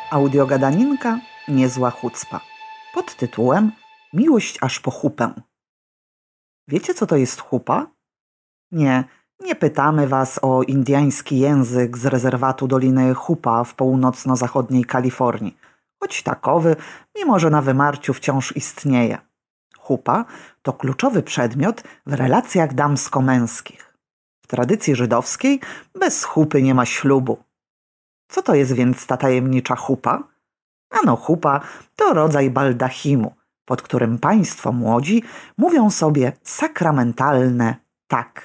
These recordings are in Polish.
Audiogadaninka Niezła chucpa pod tytułem Miłość aż po chupę. Wiecie, co to jest chupa? Nie pytamy was o indyjski język z rezerwatu Doliny Chupa w północno-zachodniej Kalifornii, choć takowy, mimo że na wymarciu wciąż istnieje. Chupa to kluczowy przedmiot w relacjach damsko-męskich. W tradycji żydowskiej bez chupy nie ma ślubu. Co to jest więc ta tajemnicza chupa? Ano chupa to rodzaj baldachimu, pod którym państwo młodzi mówią sobie sakramentalne tak.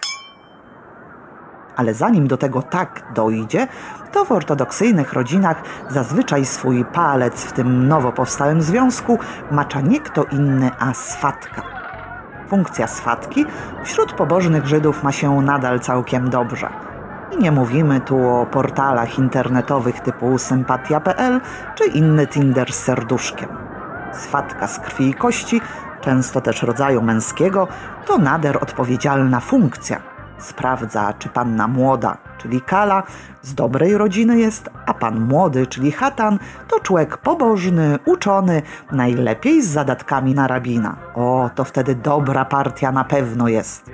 Ale zanim do tego tak dojdzie, to w ortodoksyjnych rodzinach zazwyczaj swój palec w tym nowo powstałym związku macza nie kto inny, a swatka. Funkcja swatki wśród pobożnych Żydów ma się nadal całkiem dobrze. I nie mówimy tu o portalach internetowych typu sympatia.pl czy inny Tinder z serduszkiem. Swatka z krwi i kości, często też rodzaju męskiego, to nader odpowiedzialna funkcja. Sprawdza, czy panna młoda, czyli kala, z dobrej rodziny jest, a pan młody, czyli chatan, to człowiek pobożny, uczony, najlepiej z zadatkami na rabina. O, to wtedy dobra partia na pewno jest.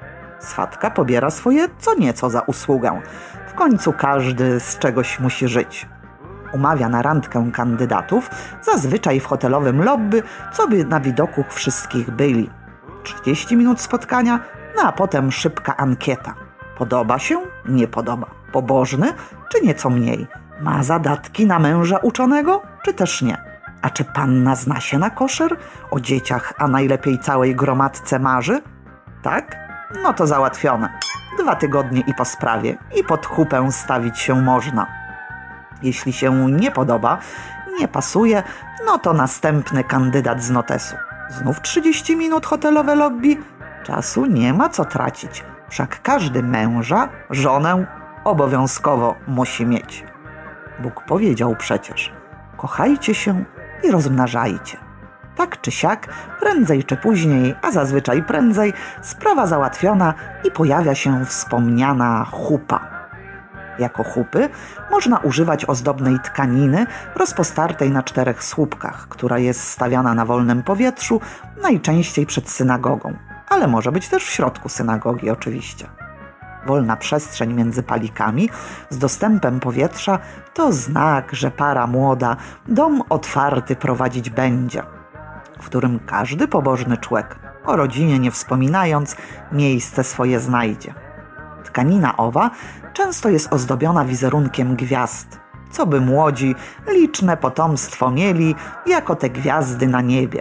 Swatka pobiera swoje co nieco za usługę. W końcu każdy z czegoś musi żyć. Umawia na randkę kandydatów, zazwyczaj w hotelowym lobby, co by na widoku wszystkich byli. 30 minut spotkania, a potem szybka ankieta. Podoba się? Nie podoba. Pobożny? Czy nieco mniej? Ma zadatki na męża uczonego? Czy też nie? A czy panna zna się na koszer? O dzieciach, a najlepiej całej gromadce marzy? Tak? No to załatwione. 2 tygodnie i po sprawie. I pod chupę stawić się można. Jeśli się nie podoba, nie pasuje, no to następny kandydat z notesu. Znów 30 minut hotelowe lobby? Czasu nie ma co tracić. Wszak każdy męża, żonę obowiązkowo musi mieć. Bóg powiedział przecież: kochajcie się i rozmnażajcie. Tak czy siak, prędzej czy później, a zazwyczaj prędzej, sprawa załatwiona i pojawia się wspomniana chupa. Jako chupy można używać ozdobnej tkaniny rozpostartej na 4 słupkach, która jest stawiana na wolnym powietrzu, najczęściej przed synagogą, ale może być też w środku synagogi oczywiście. Wolna przestrzeń między palikami z dostępem powietrza to znak, że para młoda dom otwarty prowadzić będzie, w którym każdy pobożny człowiek, o rodzinie nie wspominając, miejsce swoje znajdzie. Tkanina owa często jest ozdobiona wizerunkiem gwiazd, co by młodzi liczne potomstwo mieli jako te gwiazdy na niebie.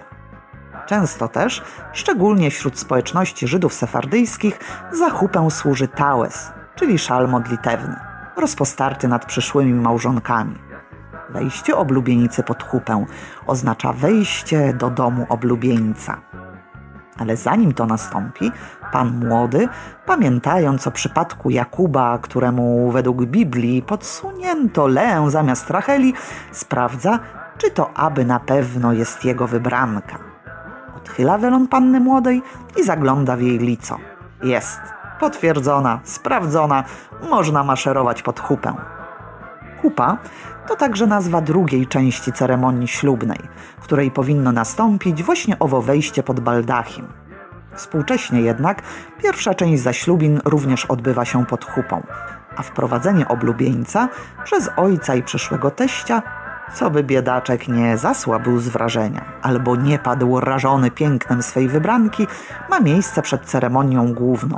Często też, szczególnie wśród społeczności Żydów sefardyjskich, za chupę służy tałes, czyli szal modlitewny, rozpostarty nad przyszłymi małżonkami. Wejście oblubienicy pod chupę oznacza wejście do domu oblubieńca. Ale zanim to nastąpi, pan młody, pamiętając o przypadku Jakuba, któremu według Biblii podsunięto Leę zamiast Racheli, sprawdza, czy to aby na pewno jest jego wybranka. Odchyla welon panny młodej i zagląda w jej lico. Jest. Potwierdzona, sprawdzona, można maszerować pod chupę. Chupa to także nazwa drugiej części ceremonii ślubnej, w której powinno nastąpić właśnie owo wejście pod baldachim. Współcześnie jednak pierwsza część zaślubin również odbywa się pod chupą, a wprowadzenie oblubieńca przez ojca i przyszłego teścia, co by biedaczek nie zasłabł z wrażenia, albo nie padł rażony pięknem swej wybranki, ma miejsce przed ceremonią główną.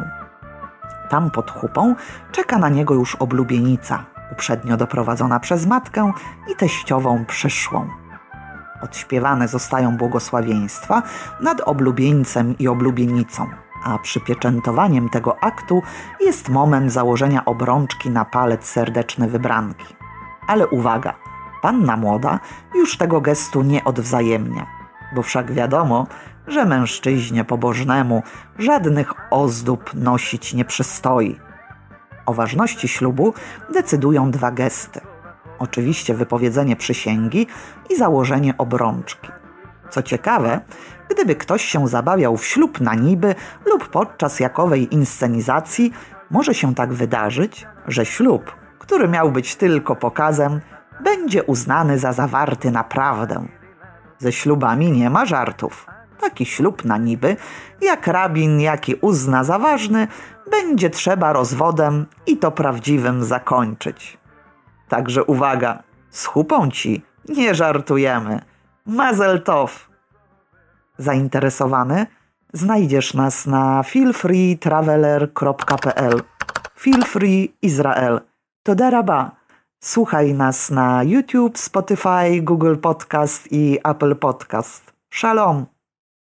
Tam pod chupą czeka na niego już oblubienica, uprzednio doprowadzona przez matkę i teściową przyszłą. Odśpiewane zostają błogosławieństwa nad oblubieńcem i oblubienicą, a przypieczętowaniem tego aktu jest moment założenia obrączki na palec serdeczny wybranki. Ale uwaga, panna młoda już tego gestu nie odwzajemnia, bo wszak wiadomo, że mężczyźnie pobożnemu żadnych ozdób nosić nie przystoi. O ważności ślubu decydują 2 gesty. Oczywiście wypowiedzenie przysięgi i założenie obrączki. Co ciekawe, gdyby ktoś się zabawiał w ślub na niby lub podczas jakowej inscenizacji, może się tak wydarzyć, że ślub, który miał być tylko pokazem, będzie uznany za zawarty naprawdę. Ze ślubami nie ma żartów. Taki ślub na niby, jak rabin jaki uzna za ważny, będzie trzeba rozwodem i to prawdziwym zakończyć. Także uwaga, z chupą ci nie żartujemy. Mazel tov. Zainteresowany? Znajdziesz nas na feelfreetraveler.pl. Feel Free Izrael. Toda rabba. Słuchaj nas na YouTube, Spotify, Google Podcast i Apple Podcast. Shalom.